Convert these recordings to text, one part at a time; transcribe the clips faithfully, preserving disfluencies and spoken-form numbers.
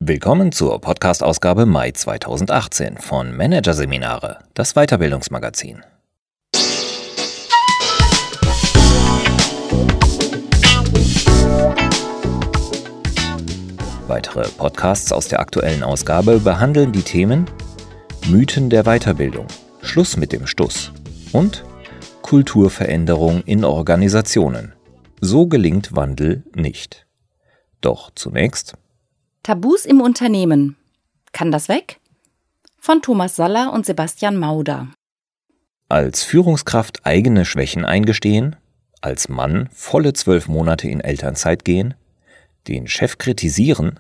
Willkommen zur Podcast-Ausgabe Mai zweitausendachtzehn von Managerseminare, das Weiterbildungsmagazin. Weitere Podcasts aus der aktuellen Ausgabe behandeln die Themen Mythen der Weiterbildung, Schluss mit dem Stuss und Kulturveränderung in Organisationen. So gelingt Wandel nicht. Doch zunächst Tabus im Unternehmen. Kann das weg? Von Thomas Soller und Sebastian Mauder. Als Führungskraft eigene Schwächen eingestehen, als Mann volle zwölf Monate in Elternzeit gehen, den Chef kritisieren,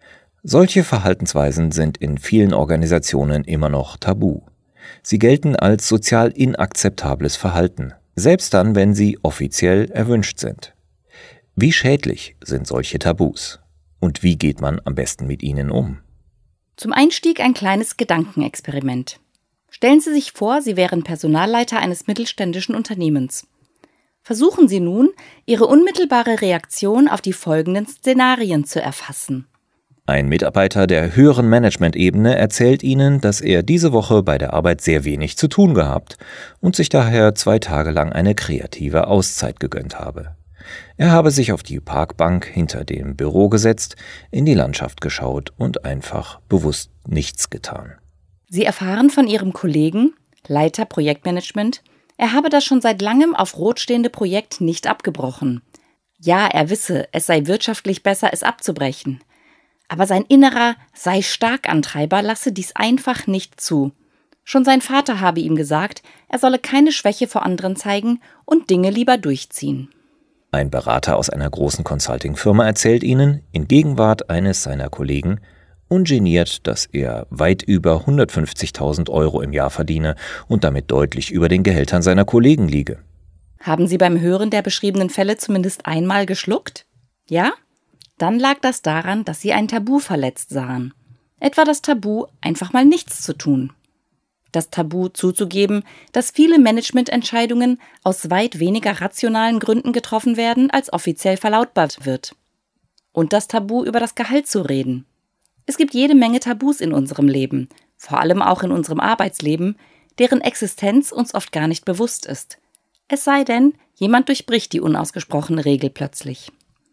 solche Verhaltensweisen sind in vielen Organisationen immer noch tabu. Sie gelten als sozial inakzeptables Verhalten, selbst dann, wenn sie offiziell erwünscht sind. Wie schädlich sind solche Tabus? Und wie geht man am besten mit ihnen um? Zum Einstieg ein kleines Gedankenexperiment. Stellen Sie sich vor, Sie wären Personalleiter eines mittelständischen Unternehmens. Versuchen Sie nun, Ihre unmittelbare Reaktion auf die folgenden Szenarien zu erfassen. Ein Mitarbeiter der höheren Management-Ebene erzählt Ihnen, dass er diese Woche bei der Arbeit sehr wenig zu tun gehabt und sich daher zwei Tage lang eine kreative Auszeit gegönnt habe. Er habe sich auf die Parkbank hinter dem Büro gesetzt, in die Landschaft geschaut und einfach bewusst nichts getan. Sie erfahren von Ihrem Kollegen, Leiter Projektmanagement, er habe das schon seit langem auf Rot stehende Projekt nicht abgebrochen. Ja, er wisse, es sei wirtschaftlich besser, es abzubrechen. Aber sein innerer Sei-Stark-Antreiber lasse dies einfach nicht zu. Schon sein Vater habe ihm gesagt, er solle keine Schwäche vor anderen zeigen und Dinge lieber durchziehen. Ein Berater aus einer großen Consulting-Firma erzählt Ihnen, in Gegenwart eines seiner Kollegen, ungeniert, dass er weit über hundertfünfzigtausend Euro im Jahr verdiene und damit deutlich über den Gehältern seiner Kollegen liege. Haben Sie beim Hören der beschriebenen Fälle zumindest einmal geschluckt? Ja? Dann lag das daran, dass Sie ein Tabu verletzt sahen. Etwa das Tabu, einfach mal nichts zu tun. Das Tabu zuzugeben, dass viele Managemententscheidungen aus weit weniger rationalen Gründen getroffen werden, als offiziell verlautbart wird. Und das Tabu, über das Gehalt zu reden. Es gibt jede Menge Tabus in unserem Leben, vor allem auch in unserem Arbeitsleben, deren Existenz uns oft gar nicht bewusst ist. Es sei denn, jemand durchbricht die unausgesprochene Regel plötzlich.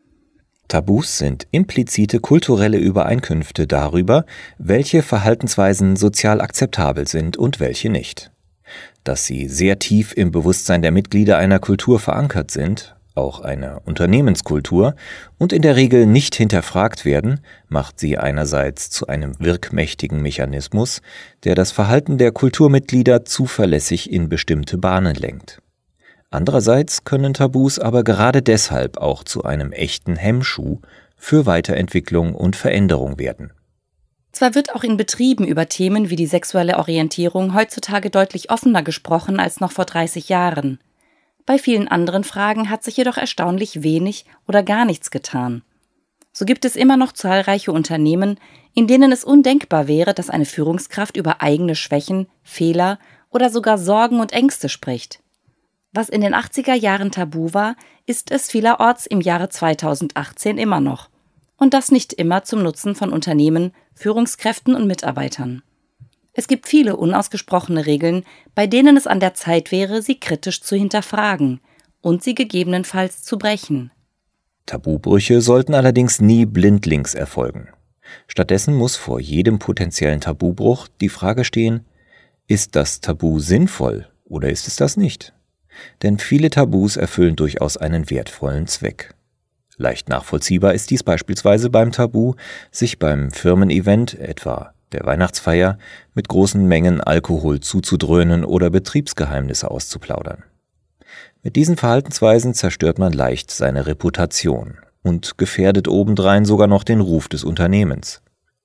Tabus sind implizite kulturelle Übereinkünfte darüber, welche Verhaltensweisen sozial akzeptabel sind und welche nicht. Dass sie sehr tief im Bewusstsein der Mitglieder einer Kultur verankert sind, auch einer Unternehmenskultur, und in der Regel nicht hinterfragt werden, macht sie einerseits zu einem wirkmächtigen Mechanismus, der das Verhalten der Kulturmitglieder zuverlässig in bestimmte Bahnen lenkt. Andererseits können Tabus aber gerade deshalb auch zu einem echten Hemmschuh für Weiterentwicklung und Veränderung werden. Zwar wird auch in Betrieben über Themen wie die sexuelle Orientierung heutzutage deutlich offener gesprochen als noch vor dreißig Jahren. Bei vielen anderen Fragen hat sich jedoch erstaunlich wenig oder gar nichts getan. So gibt es immer noch zahlreiche Unternehmen, in denen es undenkbar wäre, dass eine Führungskraft über eigene Schwächen, Fehler oder sogar Sorgen und Ängste spricht. Was in den achtziger Jahren tabu war, ist es vielerorts im Jahre zweitausendachtzehn immer noch. Und das nicht immer zum Nutzen von Unternehmen, Führungskräften und Mitarbeitern. Es gibt viele unausgesprochene Regeln, bei denen es an der Zeit wäre, sie kritisch zu hinterfragen und sie gegebenenfalls zu brechen. Tabubrüche sollten allerdings nie blindlings erfolgen. Stattdessen muss vor jedem potenziellen Tabubruch die Frage stehen, ist das Tabu sinnvoll oder ist es das nicht? Denn viele Tabus erfüllen durchaus einen wertvollen Zweck. Leicht nachvollziehbar ist dies beispielsweise beim Tabu, sich beim Firmen-Event, etwa der Weihnachtsfeier, mit großen Mengen Alkohol zuzudröhnen oder Betriebsgeheimnisse auszuplaudern. Mit diesen Verhaltensweisen zerstört man leicht seine Reputation und gefährdet obendrein sogar noch den Ruf des Unternehmens.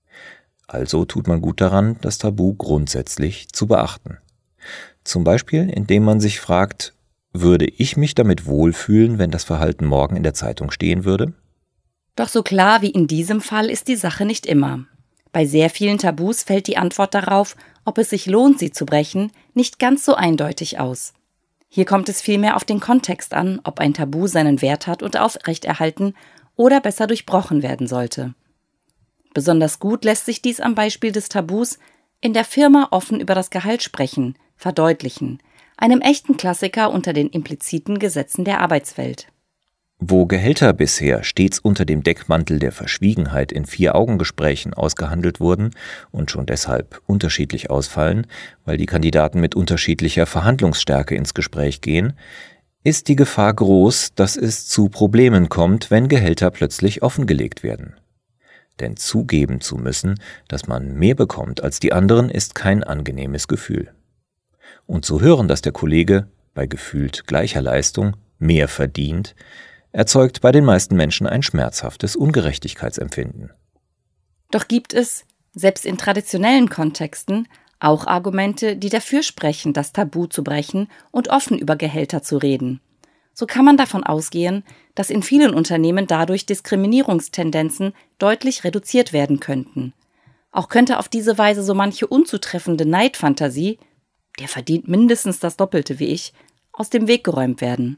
Also tut man gut daran, das Tabu grundsätzlich zu beachten. Zum Beispiel, indem man sich fragt, würde ich mich damit wohlfühlen, wenn das Verhalten morgen in der Zeitung stehen würde? Doch so klar wie in diesem Fall ist die Sache nicht immer. Bei sehr vielen Tabus fällt die Antwort darauf, ob es sich lohnt, sie zu brechen, nicht ganz so eindeutig aus. Hier kommt es vielmehr auf den Kontext an, ob ein Tabu seinen Wert hat und aufrechterhalten oder besser durchbrochen werden sollte. Besonders gut lässt sich dies am Beispiel des Tabus in der Firma offen über das Gehalt sprechen verdeutlichen, einem echten Klassiker unter den impliziten Gesetzen der Arbeitswelt. Wo Gehälter bisher stets unter dem Deckmantel der Verschwiegenheit in Vier-Augen-Gesprächen ausgehandelt wurden und schon deshalb unterschiedlich ausfallen, weil die Kandidaten mit unterschiedlicher Verhandlungsstärke ins Gespräch gehen, ist die Gefahr groß, dass es zu Problemen kommt, wenn Gehälter plötzlich offengelegt werden. Denn zugeben zu müssen, dass man mehr bekommt als die anderen, ist kein angenehmes Gefühl. Und zu hören, dass der Kollege bei gefühlt gleicher Leistung mehr verdient, erzeugt bei den meisten Menschen ein schmerzhaftes Ungerechtigkeitsempfinden. Doch gibt es, selbst in traditionellen Kontexten, auch Argumente, die dafür sprechen, das Tabu zu brechen und offen über Gehälter zu reden. So kann man davon ausgehen, dass in vielen Unternehmen dadurch Diskriminierungstendenzen deutlich reduziert werden könnten. Auch könnte auf diese Weise so manche unzutreffende Neidfantasie, der verdient mindestens das Doppelte wie ich, aus dem Weg geräumt werden.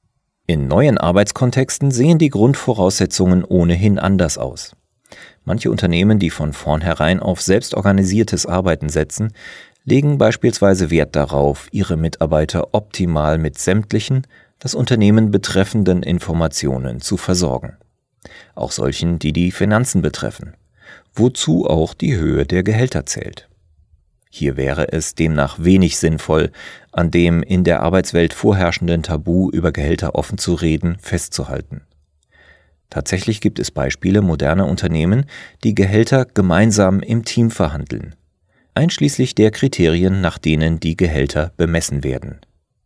In neuen Arbeitskontexten sehen die Grundvoraussetzungen ohnehin anders aus. Manche Unternehmen, die von vornherein auf selbstorganisiertes Arbeiten setzen, legen beispielsweise Wert darauf, ihre Mitarbeiter optimal mit sämtlichen, das Unternehmen betreffenden Informationen zu versorgen. Auch solchen, die die Finanzen betreffen, wozu auch die Höhe der Gehälter zählt. Hier wäre es demnach wenig sinnvoll, an dem in der Arbeitswelt vorherrschenden Tabu über Gehälter offen zu reden, festzuhalten. Tatsächlich gibt es Beispiele moderner Unternehmen, die Gehälter gemeinsam im Team verhandeln, einschließlich der Kriterien, nach denen die Gehälter bemessen werden.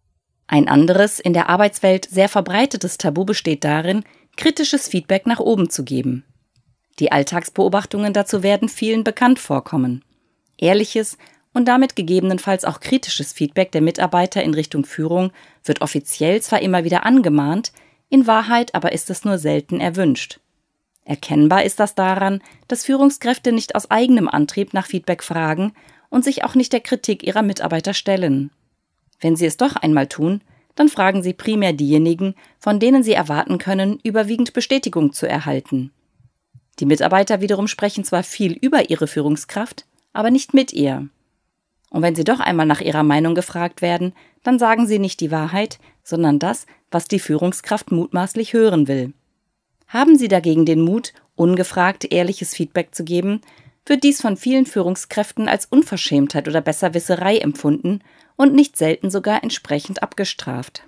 Ein anderes, in der Arbeitswelt sehr verbreitetes Tabu besteht darin, kritisches Feedback nach oben zu geben. Die Alltagsbeobachtungen dazu werden vielen bekannt vorkommen. Ehrliches und damit gegebenenfalls auch kritisches Feedback der Mitarbeiter in Richtung Führung wird offiziell zwar immer wieder angemahnt, in Wahrheit aber ist es nur selten erwünscht. Erkennbar ist das daran, dass Führungskräfte nicht aus eigenem Antrieb nach Feedback fragen und sich auch nicht der Kritik ihrer Mitarbeiter stellen. Wenn sie es doch einmal tun, dann fragen sie primär diejenigen, von denen sie erwarten können, überwiegend Bestätigung zu erhalten. Die Mitarbeiter wiederum sprechen zwar viel über ihre Führungskraft, aber nicht mit ihr. Und wenn sie doch einmal nach ihrer Meinung gefragt werden, dann sagen sie nicht die Wahrheit, sondern das, was die Führungskraft mutmaßlich hören will. Haben sie dagegen den Mut, ungefragt ehrliches Feedback zu geben, wird dies von vielen Führungskräften als Unverschämtheit oder Besserwisserei empfunden und nicht selten sogar entsprechend abgestraft.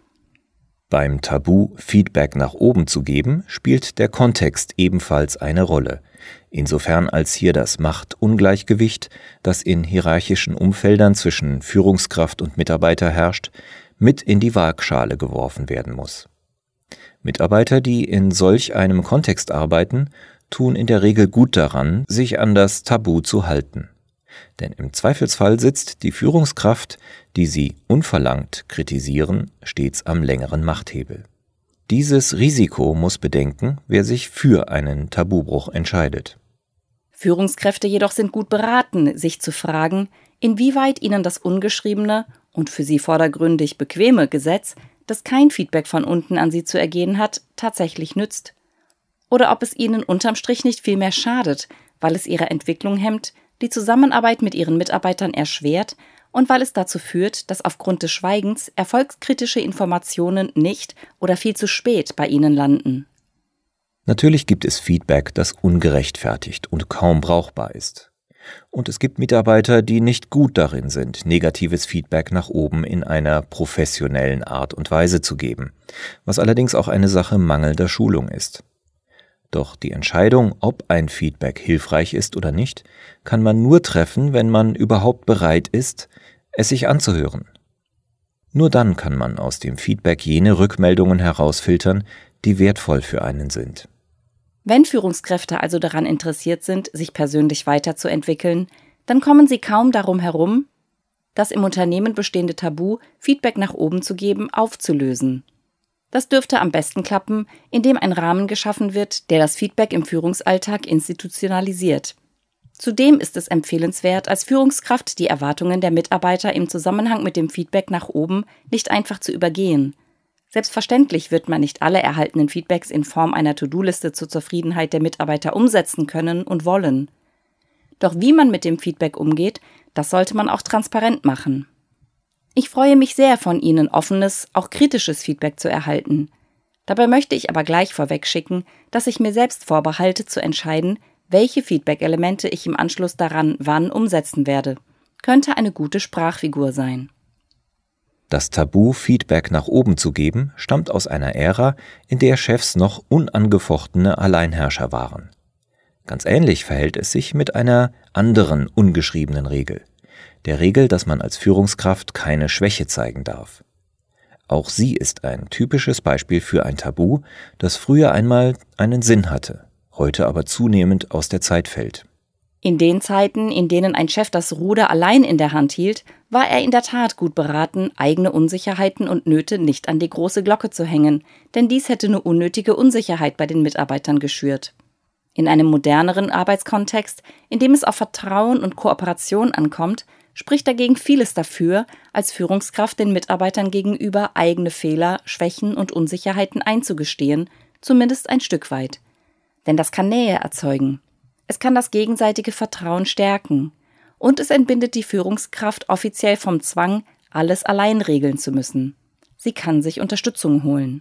Beim Tabu, Feedback nach oben zu geben, spielt der Kontext ebenfalls eine Rolle. Insofern als hier das Machtungleichgewicht, das in hierarchischen Umfeldern zwischen Führungskraft und Mitarbeiter herrscht, mit in die Waagschale geworfen werden muss. Mitarbeiter, die in solch einem Kontext arbeiten, tun in der Regel gut daran, sich an das Tabu zu halten. Denn im Zweifelsfall sitzt die Führungskraft, die sie unverlangt kritisieren, stets am längeren Machthebel. Dieses Risiko muss bedenken, wer sich für einen Tabubruch entscheidet. Führungskräfte jedoch sind gut beraten, sich zu fragen, inwieweit ihnen das ungeschriebene und für sie vordergründig bequeme Gesetz, das kein Feedback von unten an sie zu ergehen hat, tatsächlich nützt. Oder ob es ihnen unterm Strich nicht vielmehr schadet, weil es ihre Entwicklung hemmt, die Zusammenarbeit mit ihren Mitarbeitern erschwert und weil es dazu führt, dass aufgrund des Schweigens erfolgskritische Informationen nicht oder viel zu spät bei ihnen landen. Natürlich gibt es Feedback, das ungerechtfertigt und kaum brauchbar ist. Und es gibt Mitarbeiter, die nicht gut darin sind, negatives Feedback nach oben in einer professionellen Art und Weise zu geben, was allerdings auch eine Sache mangelnder Schulung ist. Doch die Entscheidung, ob ein Feedback hilfreich ist oder nicht, kann man nur treffen, wenn man überhaupt bereit ist, es sich anzuhören. Nur dann kann man aus dem Feedback jene Rückmeldungen herausfiltern, die wertvoll für einen sind. Wenn Führungskräfte also daran interessiert sind, sich persönlich weiterzuentwickeln, dann kommen sie kaum darum herum, das im Unternehmen bestehende Tabu, Feedback nach oben zu geben, aufzulösen. Das dürfte am besten klappen, indem ein Rahmen geschaffen wird, der das Feedback im Führungsalltag institutionalisiert. Zudem ist es empfehlenswert, als Führungskraft die Erwartungen der Mitarbeiter im Zusammenhang mit dem Feedback nach oben nicht einfach zu übergehen. Selbstverständlich wird man nicht alle erhaltenen Feedbacks in Form einer To-Do-Liste zur Zufriedenheit der Mitarbeiter umsetzen können und wollen. Doch wie man mit dem Feedback umgeht, das sollte man auch transparent machen. Ich freue mich sehr, von Ihnen offenes, auch kritisches Feedback zu erhalten. Dabei möchte ich aber gleich vorwegschicken, dass ich mir selbst vorbehalte, zu entscheiden, welche Feedback-Elemente ich im Anschluss daran wann umsetzen werde. Könnte eine gute Sprachfigur sein. Das Tabu, Feedback nach oben zu geben, stammt aus einer Ära, in der Chefs noch unangefochtene Alleinherrscher waren. Ganz ähnlich verhält es sich mit einer anderen ungeschriebenen Regel. Der Regel, dass man als Führungskraft keine Schwäche zeigen darf. Auch sie ist ein typisches Beispiel für ein Tabu, das früher einmal einen Sinn hatte, heute aber zunehmend aus der Zeit fällt. In den Zeiten, in denen ein Chef das Ruder allein in der Hand hielt, war er in der Tat gut beraten, eigene Unsicherheiten und Nöte nicht an die große Glocke zu hängen, denn dies hätte nur unnötige Unsicherheit bei den Mitarbeitern geschürt. In einem moderneren Arbeitskontext, in dem es auf Vertrauen und Kooperation ankommt, spricht dagegen vieles dafür, als Führungskraft den Mitarbeitern gegenüber eigene Fehler, Schwächen und Unsicherheiten einzugestehen, zumindest ein Stück weit. Denn das kann Nähe erzeugen. Es kann das gegenseitige Vertrauen stärken. Und es entbindet die Führungskraft offiziell vom Zwang, alles allein regeln zu müssen. Sie kann sich Unterstützung holen.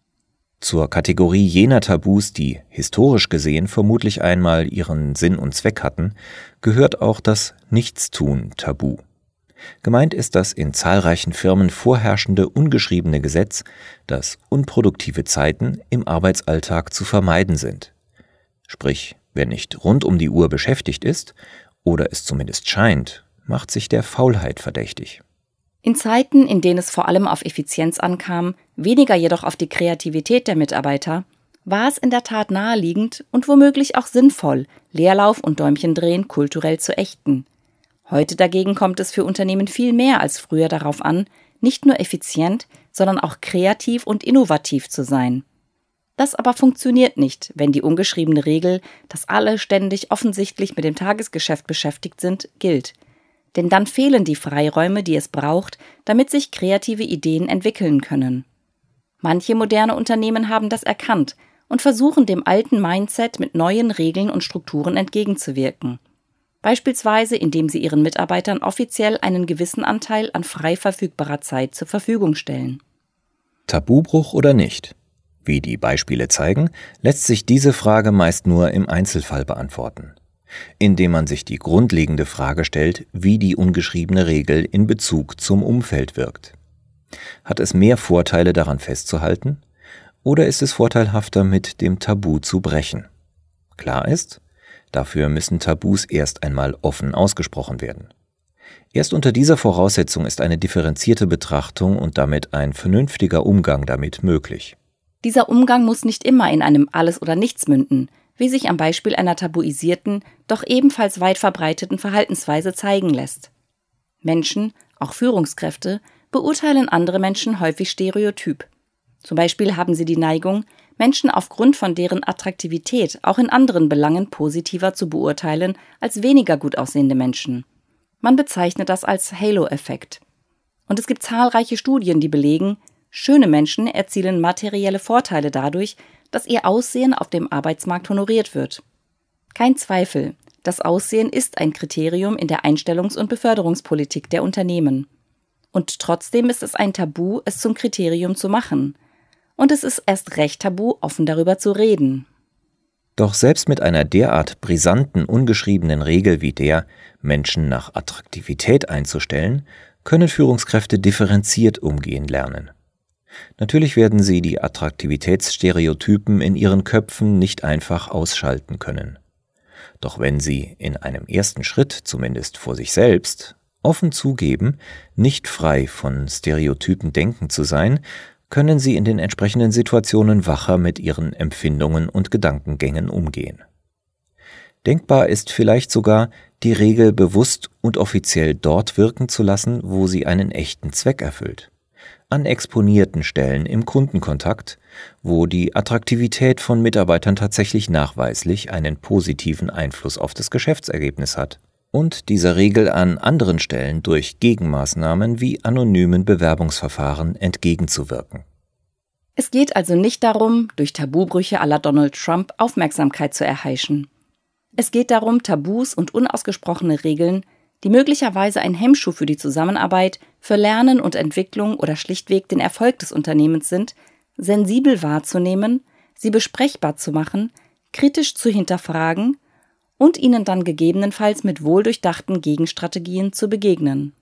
Zur Kategorie jener Tabus, die historisch gesehen vermutlich einmal ihren Sinn und Zweck hatten, gehört auch das Nichtstun-Tabu. Gemeint ist das in zahlreichen Firmen vorherrschende ungeschriebene Gesetz, dass unproduktive Zeiten im Arbeitsalltag zu vermeiden sind. Sprich, wer nicht rund um die Uhr beschäftigt ist, oder es zumindest scheint, macht sich der Faulheit verdächtig. In Zeiten, in denen es vor allem auf Effizienz ankam, weniger jedoch auf die Kreativität der Mitarbeiter, war es in der Tat naheliegend und womöglich auch sinnvoll, Leerlauf und Däumchendrehen kulturell zu ächten. Heute dagegen kommt es für Unternehmen viel mehr als früher darauf an, nicht nur effizient, sondern auch kreativ und innovativ zu sein. Das aber funktioniert nicht, wenn die ungeschriebene Regel, dass alle ständig offensichtlich mit dem Tagesgeschäft beschäftigt sind, gilt. Denn dann fehlen die Freiräume, die es braucht, damit sich kreative Ideen entwickeln können. Manche moderne Unternehmen haben das erkannt und versuchen dem alten Mindset mit neuen Regeln und Strukturen entgegenzuwirken. Beispielsweise, indem sie ihren Mitarbeitern offiziell einen gewissen Anteil an frei verfügbarer Zeit zur Verfügung stellen. Tabubruch oder nicht? Wie die Beispiele zeigen, lässt sich diese Frage meist nur im Einzelfall beantworten, indem man sich die grundlegende Frage stellt, wie die ungeschriebene Regel in Bezug zum Umfeld wirkt. Hat es mehr Vorteile daran festzuhalten, oder ist es vorteilhafter, mit dem Tabu zu brechen? Klar ist, dafür müssen Tabus erst einmal offen ausgesprochen werden. Erst unter dieser Voraussetzung ist eine differenzierte Betrachtung und damit ein vernünftiger Umgang damit möglich. Dieser Umgang muss nicht immer in einem Alles oder Nichts münden, wie sich am Beispiel einer tabuisierten, doch ebenfalls weit verbreiteten Verhaltensweise zeigen lässt. Menschen, auch Führungskräfte, beurteilen andere Menschen häufig stereotyp. Zum Beispiel haben sie die Neigung, Menschen aufgrund von deren Attraktivität auch in anderen Belangen positiver zu beurteilen als weniger gut aussehende Menschen. Man bezeichnet das als Halo-Effekt. Und es gibt zahlreiche Studien, die belegen, schöne Menschen erzielen materielle Vorteile dadurch, dass ihr Aussehen auf dem Arbeitsmarkt honoriert wird. Kein Zweifel, das Aussehen ist ein Kriterium in der Einstellungs- und Beförderungspolitik der Unternehmen. Und trotzdem ist es ein Tabu, es zum Kriterium zu machen. Und es ist erst recht tabu, offen darüber zu reden. Doch selbst mit einer derart brisanten, ungeschriebenen Regel wie der, Menschen nach Attraktivität einzustellen, können Führungskräfte differenziert umgehen lernen. Natürlich werden sie die Attraktivitätsstereotypen in ihren Köpfen nicht einfach ausschalten können. Doch wenn sie in einem ersten Schritt, zumindest vor sich selbst, offen zugeben, nicht frei von Stereotypen denken zu sein, können sie in den entsprechenden Situationen wacher mit ihren Empfindungen und Gedankengängen umgehen. Denkbar ist vielleicht sogar, die Regel bewusst und offiziell dort wirken zu lassen, wo sie einen echten Zweck erfüllt. An exponierten Stellen im Kundenkontakt, wo die Attraktivität von Mitarbeitern tatsächlich nachweislich einen positiven Einfluss auf das Geschäftsergebnis hat. Und dieser Regel an anderen Stellen durch Gegenmaßnahmen wie anonymen Bewerbungsverfahren entgegenzuwirken. Es geht also nicht darum, durch Tabubrüche à la Donald Trump Aufmerksamkeit zu erheischen. Es geht darum, Tabus und unausgesprochene Regeln, die möglicherweise ein Hemmschuh für die Zusammenarbeit, für Lernen und Entwicklung oder schlichtweg den Erfolg des Unternehmens sind, sensibel wahrzunehmen, sie besprechbar zu machen, kritisch zu hinterfragen und ihnen dann gegebenenfalls mit wohldurchdachten Gegenstrategien zu begegnen.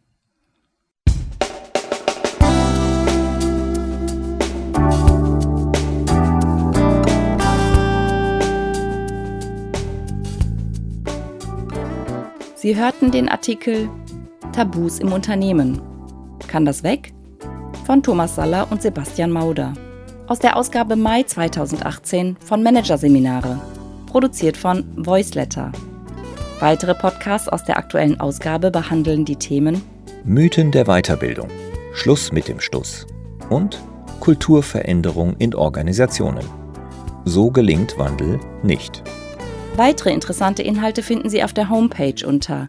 Sie hörten den Artikel Tabus im Unternehmen. Kann das weg? Von Thomas Saller und Sebastian Mauder. Aus der Ausgabe Mai zweitausendachtzehn von Managerseminare. Produziert von Voiceletter. Weitere Podcasts aus der aktuellen Ausgabe behandeln die Themen Mythen der Weiterbildung, Schluss mit dem Stuss und Kulturveränderung in Organisationen. So gelingt Wandel nicht. Weitere interessante Inhalte finden Sie auf der Homepage unter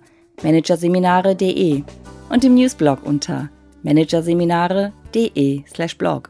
managerseminare punkt de und im Newsblog unter managerseminare punkt de slash blog.